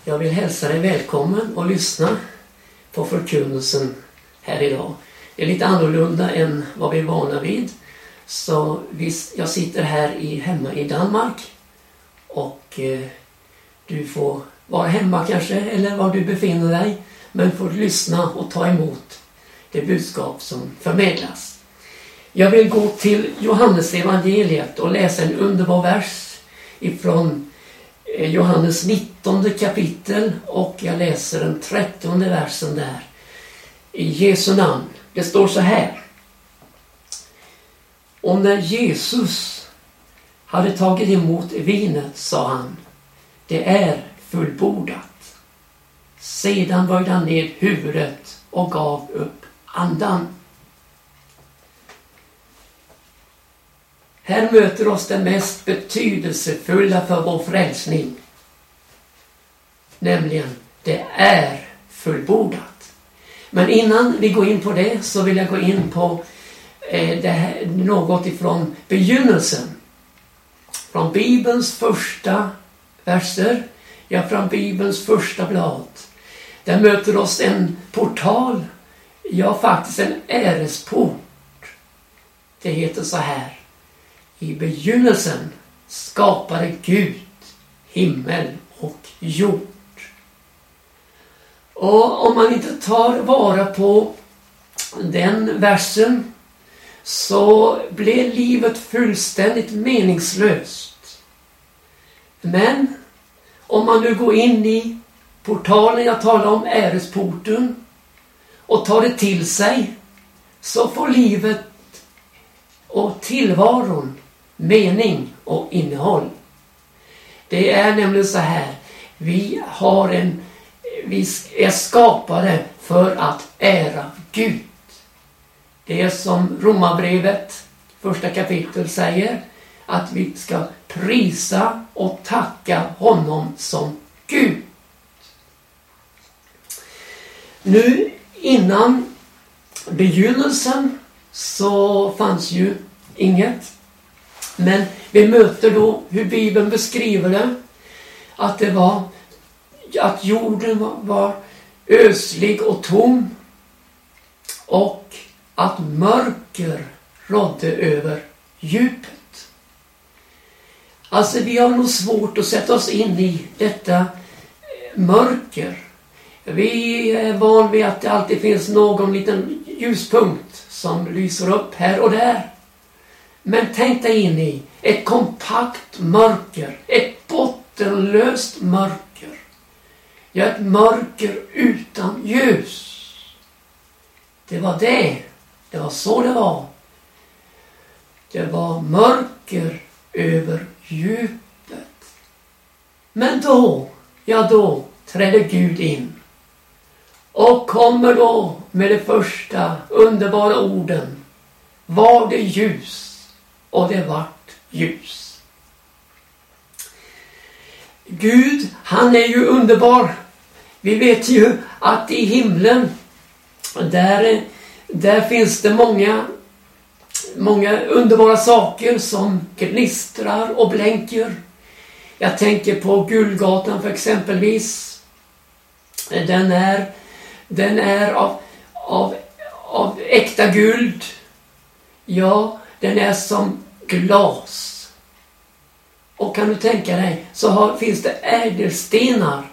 Jag vill hälsa dig välkommen och lyssna på förkunnelsen här idag. Det är lite annorlunda än vad vi är vana vid. Så jag sitter här hemma i Danmark och du får vara hemma kanske eller var du befinner dig, men får lyssna och ta emot det budskap som förmedlas. Jag vill gå till Johannes evangeliet och läsa en underbar vers ifrån Johannes 19 kapitel, och jag läser den 13:e versen där. I Jesu namn. Det står så här. Och när Jesus hade tagit emot vinet sa han: det är fullbordat. Sedan böjde han ned huvudet och gav upp andan. Här möter oss det mest betydelsefulla för vår frälsning. Nämligen, det är fullbordat. Men innan vi går in på det så vill jag gå in på det här, något ifrån begynnelsen. Från Bibelns första verser, ja, från Bibelns första blad. Där möter oss en portal, ja faktiskt en äresport. Det heter så här. I begynnelsen skapade Gud himmel och jord. Och om man inte tar vara på den versen så blir livet fullständigt meningslöst. Men om man nu går in i portalen, jag talar om äresporten, och tar det till sig, så får livet och tillvaron mening och innehåll. Det är nämligen så här. Vi är skapade för att ära Gud. Det är som Romarbrevet första kapitel säger, att vi ska prisa och tacka honom som Gud. Nu innan begynnelsen så fanns ju inget. Men vi möter då hur Bibeln beskriver det. Att jorden var ödslig och tom. Och att mörker rådde över djupet. Alltså vi har nog svårt att sätta oss in i detta mörker. Vi är van vid att det alltid finns någon liten ljuspunkt som lyser upp här och där. Men tänk dig in i ett kompakt mörker, ett bottenlöst mörker. Ja, ett mörker utan ljus. Det var så det var. Det var mörker över djupet. Men då trädde Gud in. Och kommer då med de första underbara orden. Var det ljus, och det vart ljus. Gud, han är ju underbar. Vi vet ju att i himlen där finns det många underbara saker som gnistrar och blänker. Jag tänker på Guldgatan för exempelvis. Den är av äkta guld. Ja, den är som glas. Och kan du tänka dig, så finns det ädelstenar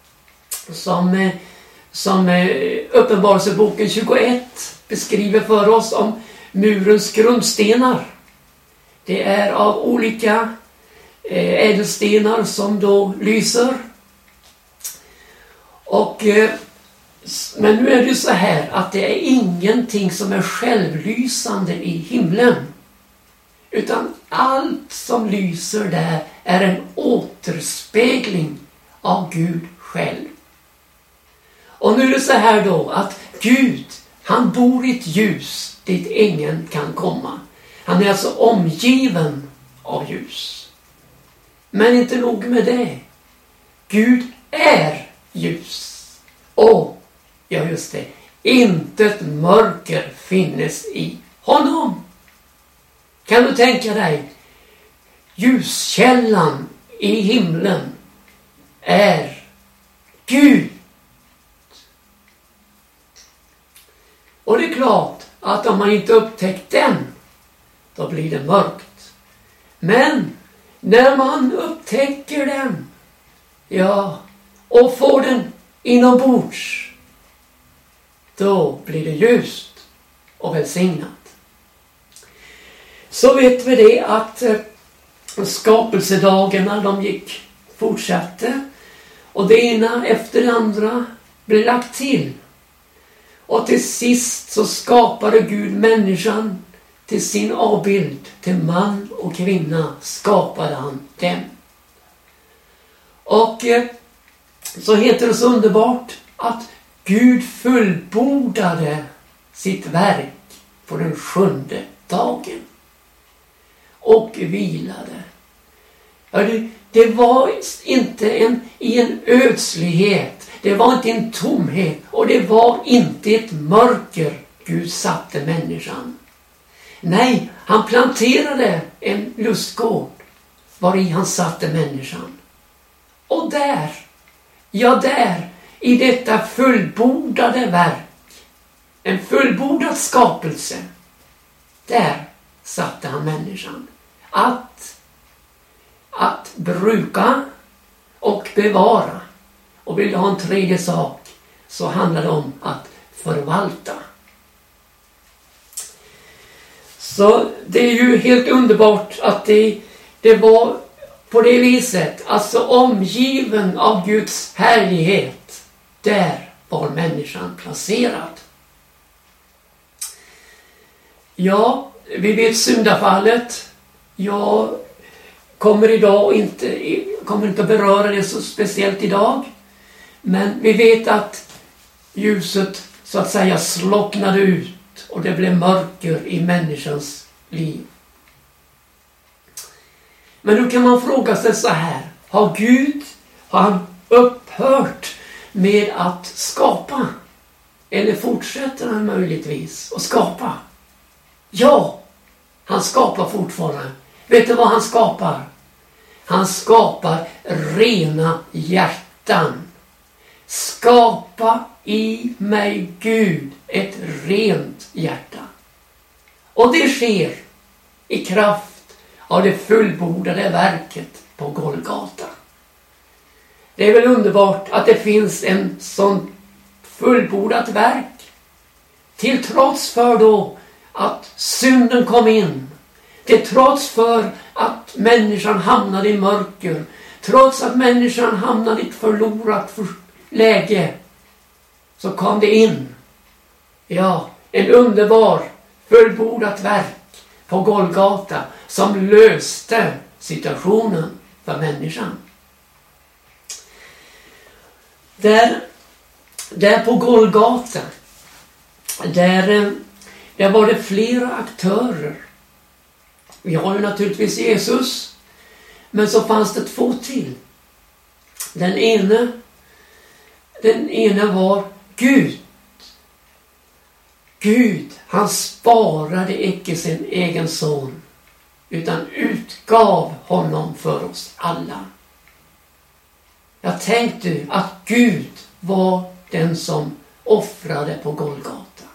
som Uppenbarelseboken 21 beskriver för oss om murens grundstenar. Det är av olika ädelstenar som då lyser. Men nu är det ju så här att det är ingenting som är självlysande i himlen. Utan allt som lyser där är en återspegling av Gud själv. Och nu är det så här då att Gud, han bor i ett ljus dit ingen kan komma. Han är alltså omgiven av ljus. Men inte nog med det. Gud är ljus. Och, ja just det, intet mörker finnes i honom. Kan du tänka dig? Ljuskällan i himlen är Gud. Och det är klart att om man inte upptäckt den, då blir det mörkt. Men när man upptäcker den, ja, och får den inombords, då blir det ljust och välsignat. Så vet vi det att skapelsedagarna de fortsatte, och det ena efter det andra blev lagt till. Och till sist så skapade Gud människan till sin avbild, till man och kvinna skapade han dem. Och så heter det så underbart att Gud fullbordade sitt verk på den 7:e dagen och vilade. Ja, det var inte i en ödslighet, det var inte en tomhet, och det var inte ett mörker Gud satte människan. Nej, han planterade en lustgård var i han satte människan. Och där, i detta fullbordade verk, en fullbordad skapelse, där satte han människan. Att bruka och bevara. Och vill du ha en tredje sak, så handlar det om att förvalta. Så det är ju helt underbart att det var på det viset. Alltså omgiven av Guds härlighet. Där var människan placerad. Ja, vi vet syndafallet. Jag kommer inte att beröra det så speciellt idag. Men vi vet att ljuset så att säga slocknade ut och det blev mörker i människans liv. Men då kan man fråga sig så här: har han upphört med att skapa? Eller fortsätter han möjligtvis att skapa? Ja, han skapar fortfarande. Vet du vad han skapar? Han skapar rena hjärtan. Skapa i mig, Gud, ett rent hjärta. Och det sker i kraft av det fullbordade verket på Golgata. Det är väl underbart att det finns en sån fullbordat verk. Till trots för då att synden kom in. Till trots för att människan hamnade i mörker. Trots att människan hamnade i ett förlorat läge, så kom det in, en underbar fullbordat verk på Golgata som löste situationen för människan. Där på Golgata, där var det flera aktörer. Vi har ju naturligtvis Jesus, men så fanns det 2 till. Den ena var Gud. Gud, han sparade icke sin egen son, utan utgav honom för oss alla. Jag tänkte att Gud var den som offrade på Golgata.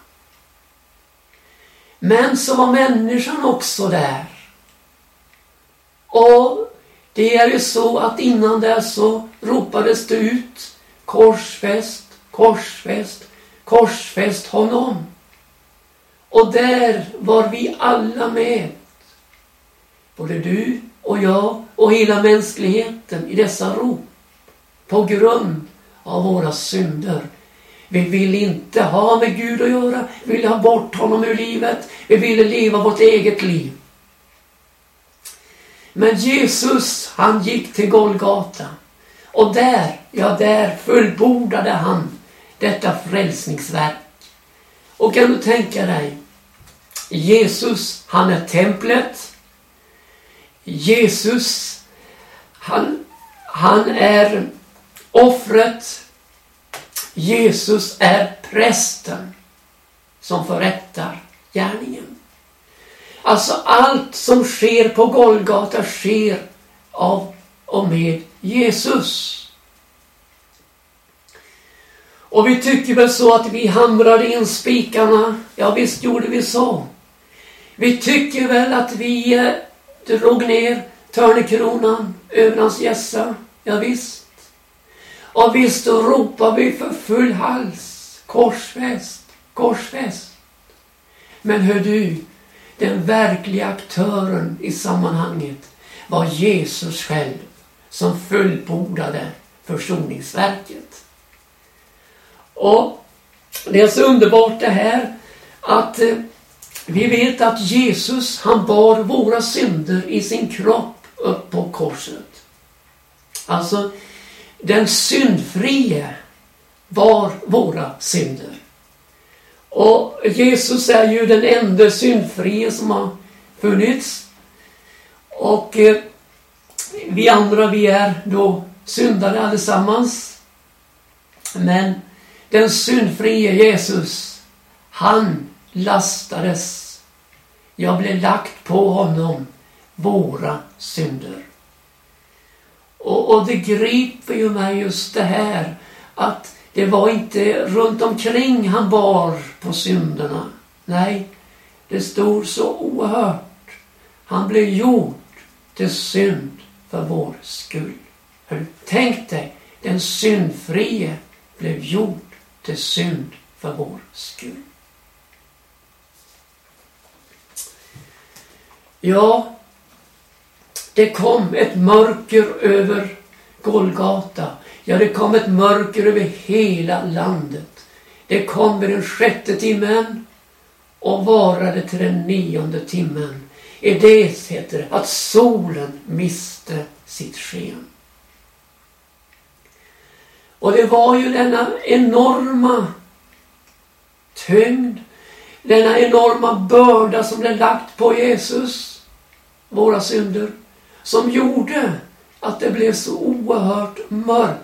Men så var människan också där. Och det är ju så att innan det så ropades det ut: korsfäst, korsfäst, korsfäst honom. Och där var vi alla med. Både du och jag och hela mänskligheten i dessa rop. På grund av våra synder. Vi vill inte ha med Gud att göra. Vi vill ha bort honom ur livet. Vi ville leva vårt eget liv. Men Jesus, han gick till Golgata. Och där fullbordade han detta frälsningsverk. Och kan du tänka dig, Jesus, han är templet. Jesus, han är offret. Jesus är prästen som förrättar gärningen. Alltså allt som sker på Golgata sker av och med Jesus. Och vi tycker väl så att vi hamrade in spikarna. Ja, visst gjorde vi så. Vi tycker väl att vi drog ner törnekronan över hans hjässa. Ja, visst. Och visst då ropar vi för full hals. Korsfäst, korsfäst. Men hör du, den verkliga aktören i sammanhanget var Jesus själv som fullbordade försoningsverket. Och det är så underbart det här att vi vet att Jesus, han bar våra synder i sin kropp upp på korset. Alltså, den syndfrie var våra synder. Och Jesus är ju den enda syndfrie som har funnits. Och vi andra, vi är då syndare allesammans. Men den syndfrie Jesus, han lastades. Jag blev lagt på honom våra synder. Och det griper ju mig just det här att det var inte runt omkring han bar på synderna. Nej, det stod så oerhört. Han blev gjord till synd för vår skull. Tänk dig, den syndfrie blev gjord till synd för vår skull. Ja, det kom ett mörker över Golgata. Ja, det kom ett mörker över hela landet. Det kom vid den 6:e timmen och varade till den 9:e timmen. I det heter det att solen miste sitt sken. Och det var ju denna enorma tyngd, denna enorma börda som blev lagt på Jesus, våra synder, som gjorde att det blev så oerhört mörkt.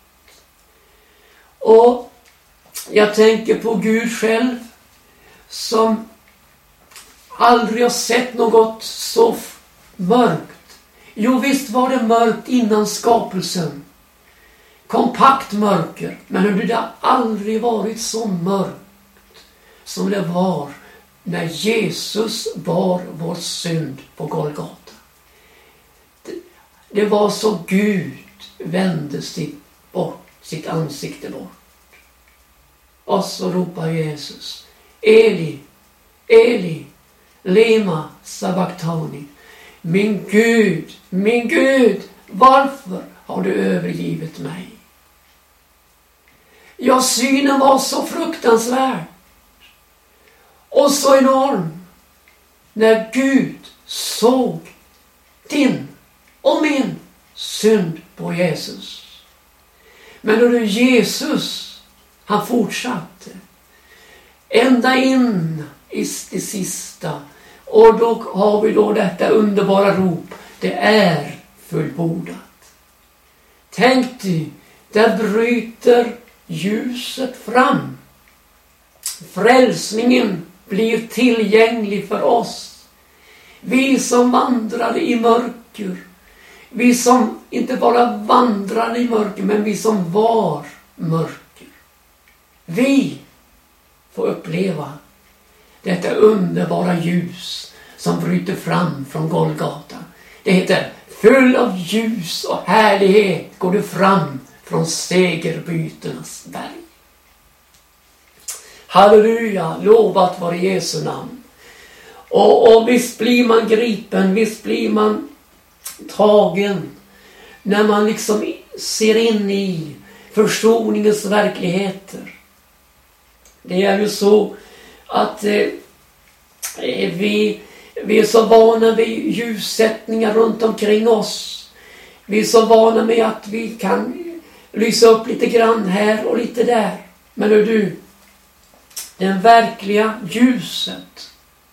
Och jag tänker på Gud själv som aldrig har sett något så mörkt. Jo, visst var det mörkt innan skapelsen. Kompakt mörker. Men det har aldrig varit så mörkt som det var när Jesus bar vår synd på Golgata. Det var så Gud vände sitt ansikte bort. Och så ropar Jesus: Eli, Eli, lema sabachthani. Min Gud, varför har du övergivit mig? Ja, synen var så fruktansvärd och så enorm när Gud såg din och min synd på Jesus. Men då Jesus, han fortsatte ända in i det sista. Och då har vi då detta underbara rop: det är fullbordat. Tänk dig, där bryter ljuset fram. Frälsningen blir tillgänglig för oss. Vi som vandrade i mörker. Vi som inte bara vandrade i mörker, men vi som var mörker. Vi får uppleva detta underbara ljus som bryter fram från Golgata. Det heter: full av ljus och härlighet går du fram från segerbyternas berg. Halleluja, lovat vare Jesu namn. Och visst blir man gripen, visst blir man tagen när man liksom ser in i försoningens verkligheter. Det är ju så att vi är så vana vid ljussättningar runt omkring oss. Vi är så vana med att vi kan lysa upp lite grann här och lite där. Men hör du, den verkliga ljuset,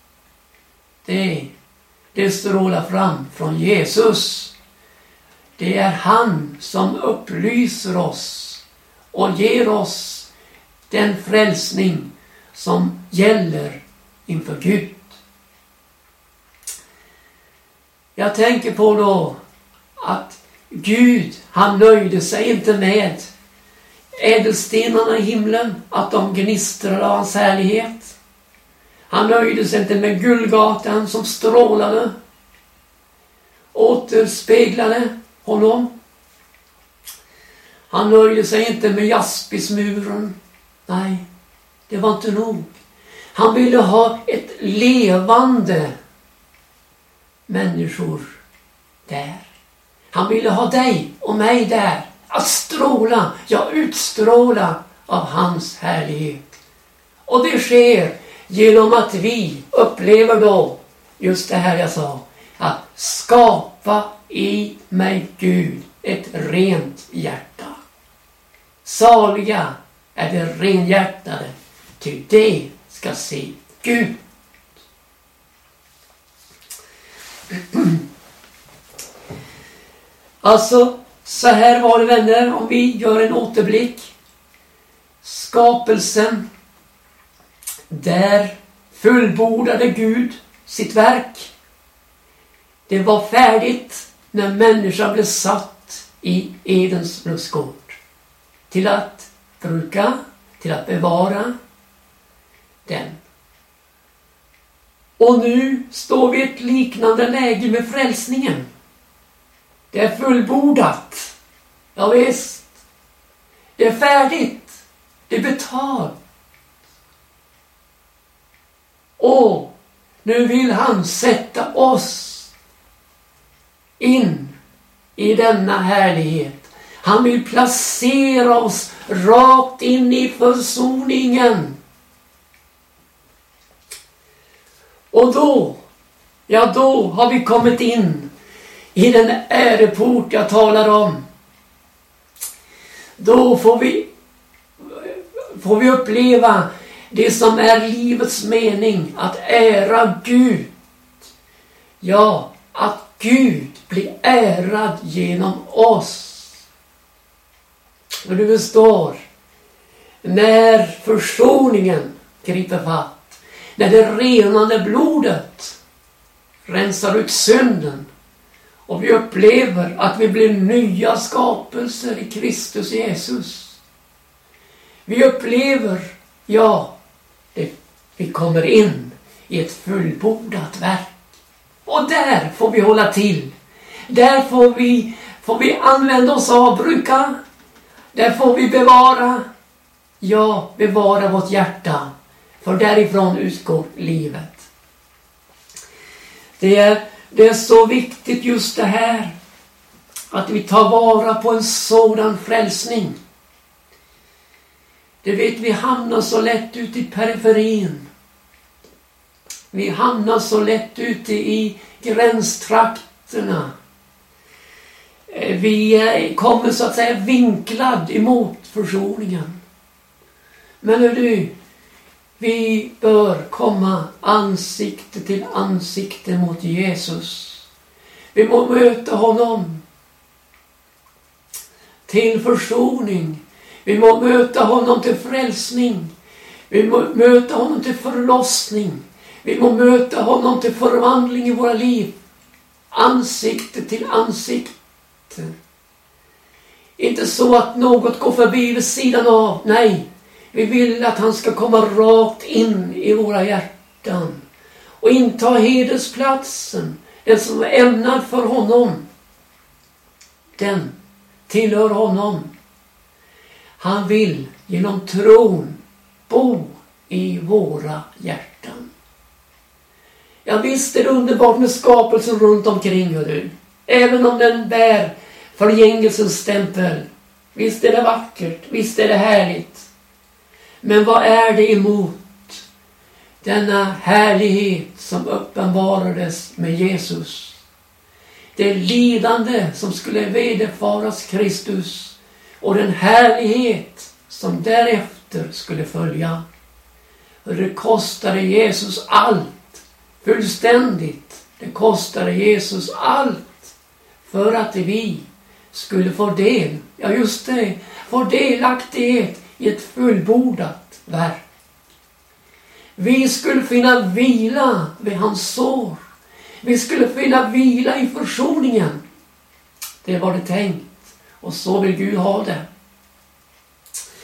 det strålar fram från Jesus. Det är han som upplyser oss och ger oss den frälsning som gäller inför Gud. Jag tänker på då att Gud, han nöjde sig inte med ädelstenarna i himlen, att de gnistrade av hans härlighet. Han nöjde sig inte med guldgatan som strålade, återspeglade honom. Han nöjde sig inte med jaspismuren. Nej, det var inte nog. Han ville ha ett levande människor där. Han ville ha dig och mig där. Att stråla, ja utstråla av hans härlighet. Och det sker genom att vi upplever då just det här jag sa. Att skapa i mig Gud ett rent hjärta. Saliga är det renhjärtade, ty det ska se Gud. Alltså, så här var det vänner, om vi gör en återblick. Skapelsen, där fullbordade Gud sitt verk. Det var färdigt när människan blev satt i Edens lustgård. Till att bruka, till att bevara den. Och nu står vi i ett liknande läge med frälsningen. Det är fullbordat. Ja visst. Det är färdigt. Det är betalt. Och nu vill han sätta oss in i denna härlighet. Han vill placera oss rakt in i försoningen. Och då har vi kommit in i den äreport jag talar om. Då får vi uppleva det som är livets mening, att ära Gud. Ja, att Gud blir ärad genom oss. Och du förstår, när försoningen griper fatt, när det renande blodet rensar ut synden och vi upplever att vi blir nya skapelser i Kristus Jesus. Vi upplever, vi kommer in i ett fullbordat verk. Och där får vi hålla till. Där får vi använda oss av bruka. Där får vi bevara vårt hjärta. För därifrån utgår livet. Det är så viktigt just det här. Att vi tar vara på en sådan frälsning. Det vet vi hamnar så lätt ute i periferin. Vi hamnar så lätt ute i gränstrakterna. Vi kommer så att säga vinklad emot försoningen. Men vi bör komma ansikte till ansikte mot Jesus. Vi må möta honom till försoning. Vi må möta honom till frälsning. Vi må möta honom till förlossning. Vi må möta honom till förvandling i våra liv. Ansikte till ansikte. Inte så att något går förbi vid sidan av. Nej, vi vill att han ska komma rakt in i våra hjärtan. Och inta hedersplatsen. Den som är ämnad för honom. Den tillhör honom. Han vill genom tron bo i våra hjärtan. Ja, visst är det underbart med skapelsen runt omkring, du. Även om den bär förgängelsens stämpel. Visst är det vackert, visst är det härligt. Men vad är det emot denna härlighet som uppenbarades med Jesus? Det lidande som skulle vederfaras Kristus och den härlighet som därefter skulle följa. Och det kostade Jesus allt. Fullständigt. Det kostade Jesus allt för att vi skulle få del, få delaktighet i ett fullbordat verk. Vi skulle finna vila vid hans sår. Vi skulle finna vila i försoningen. Det var det tänkt. Och så vill Gud ha det.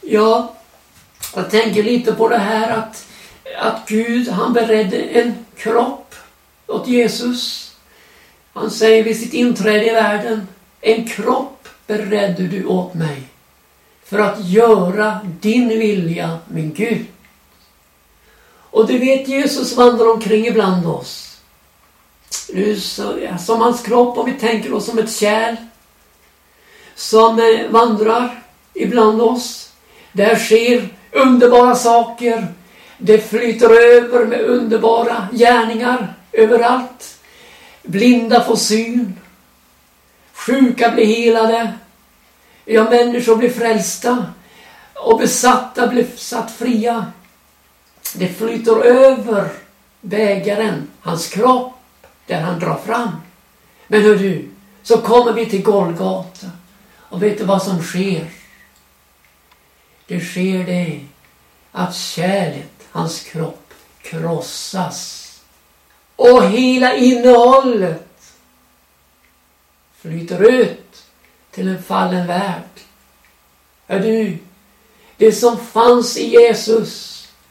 Ja, jag tänker lite på det här att Gud, han beredde en kropp åt Jesus. Han säger vid sitt inträde i världen: en kropp beredde du åt mig för att göra din vilja, min Gud. Och du vet, Jesus vandrar omkring ibland oss. Nu som hans kropp, om vi tänker oss som ett kärl som vandrar ibland oss. Där sker underbara saker. Det flyter över med underbara gärningar överallt. Blinda får syn. Sjuka blir helade. Ja, människor blir frälsta. Och besatta blir satt fria. Det flyter över bägaren, hans kropp, där han drar fram. Men hör du, så kommer vi till Golgata. Och vet du vad som sker? Det sker det att kärlet, hans kropp, krossas. Och hela innehållet flyter ut till en fallen värld. Hör du, det som fanns i Jesus,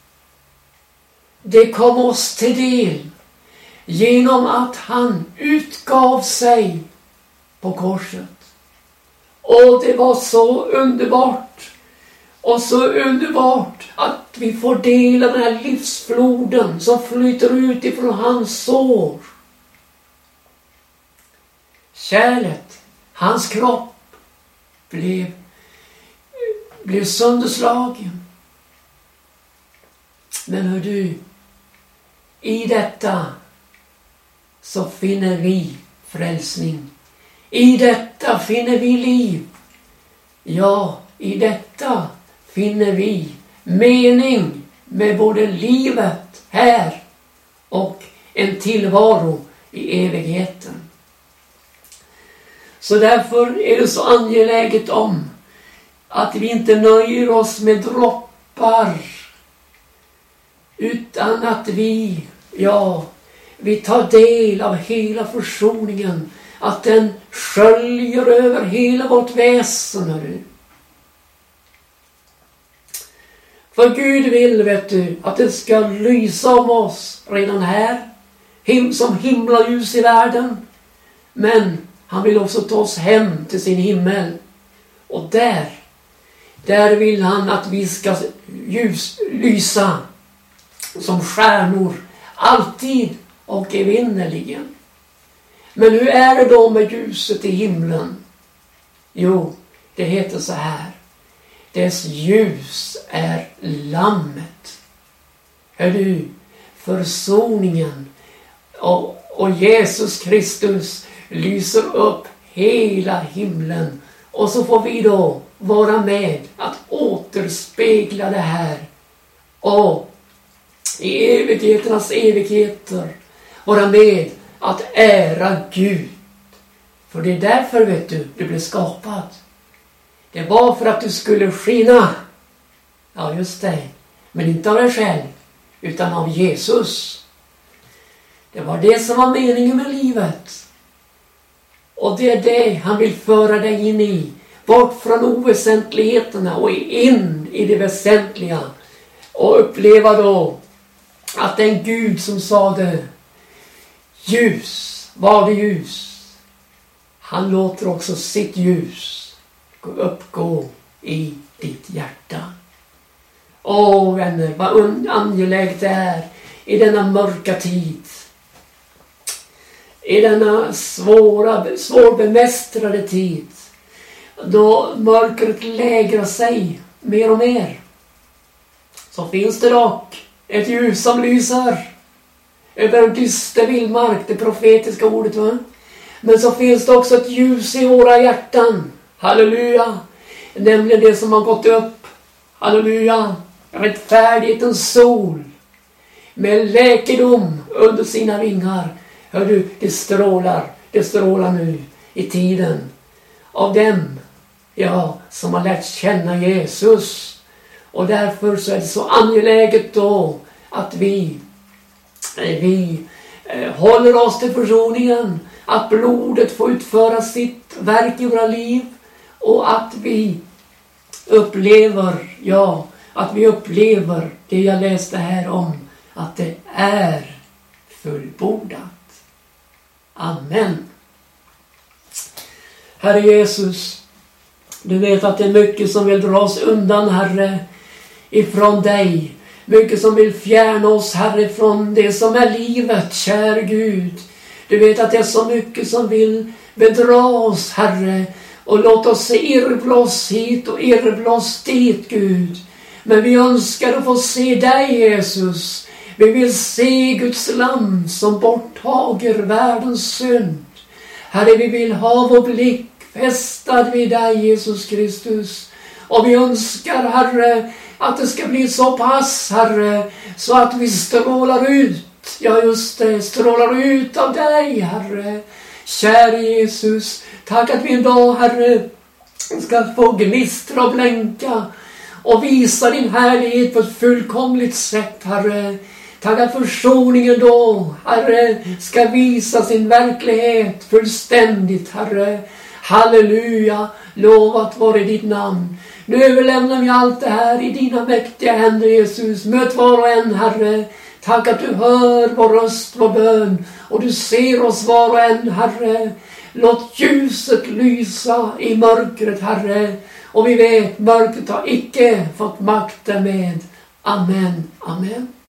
det kom oss till del genom att han utgav sig på korset. Och det var så underbart. Och så underbart att vi får del av den här livsfloden som flyter ut ifrån hans sår. Kärlet, hans kropp, blev sönderslagen. Men hör du, i detta så finner vi frälsning. I detta finner vi liv. Ja, i detta finner vi mening med både livet här och en tillvaro i evigheten. Så därför är det så angeläget om att vi inte nöjer oss med droppar, utan att vi tar del av hela försoningen. Att den sköljer över hela vårt väsen. För Gud vill, vet du, att det ska lysa om oss redan här. Som himlaljus i världen. Men han vill också ta oss hem till sin himmel. Och där vill han att vi ska lysa som stjärnor, alltid och evinnerligen. Men hur är det då med ljuset i himlen? Jo, det heter så här: dess ljus är lammet. Hör du, försoningen och Jesus Kristus lyser upp hela himlen. Och så får vi då vara med att återspegla det här. Och i evigheternas evigheter vara med att ära Gud. För det är därför, vet du blev skapad. Det var för att du skulle skina. Ja, just det. Men inte av dig själv, utan av Jesus. Det var det som var meningen med livet. Och det är det han vill föra dig in i. Bort från oväsentligheterna och in i det väsentliga. Och uppleva då att den Gud som sa det, ljus, var det ljus. Han låter också sitt ljus uppgå i ditt hjärta. Åh vänner, vad angeläget det är i denna mörka tid. I denna svårbemästrade tid. Då mörkret lägrar sig mer och mer. Så finns det dock ett ljus som lyser över en dyster vildmark, det profetiska ordet, va? Men så finns det också ett ljus i våra hjärtan. Halleluja. Nämligen det som har gått upp. Halleluja. Rättfärdighetens sol. Med läkedom under sina vingar. Hör du, det strålar nu i tiden. Av dem, som har lärt känna Jesus. Och därför så är det så angeläget då att vi håller oss till försoningen. Att blodet får utföra sitt verk i våra liv. Och att vi att vi upplever det jag läste här om, att det är fullbordat. Amen. Herre Jesus, du vet att det är mycket som vill dras undan, Herre, ifrån dig. Mycket som vill fjärna oss, Herre, från det som är livet, kär Gud. Du vet att det är så mycket som vill bedra oss, Herre, och låt oss se irrbloss hit och irrbloss dit, Gud. Men vi önskar att få se dig, Jesus. Vi vill se Guds lamm som borttager världens synd. Herre, vi vill ha vår blick fästad vid dig, Jesus Kristus. Och vi önskar, Herre, att det ska bli så pass, Herre, så att vi strålar ut. Ja, just det, strålar ut av dig, Herre. Käre Jesus, tack att vi en dag, Herre, ska få gnistra och blänka och visa din härlighet på ett fullkomligt sätt, Herre. Tack att försoningen då, Herre, ska visa sin verklighet fullständigt, Herre. Halleluja, lovat vare ditt namn. Nu överlämnar vi allt det här i dina mäktiga händer, Jesus. Möt var och en, Herre. Tack att du hör vår röst, vår bön. Och du ser oss var och en, Herre. Låt ljuset lysa i mörkret, Herre. Och vi vet, mörkret har icke fått makten med. Amen, amen.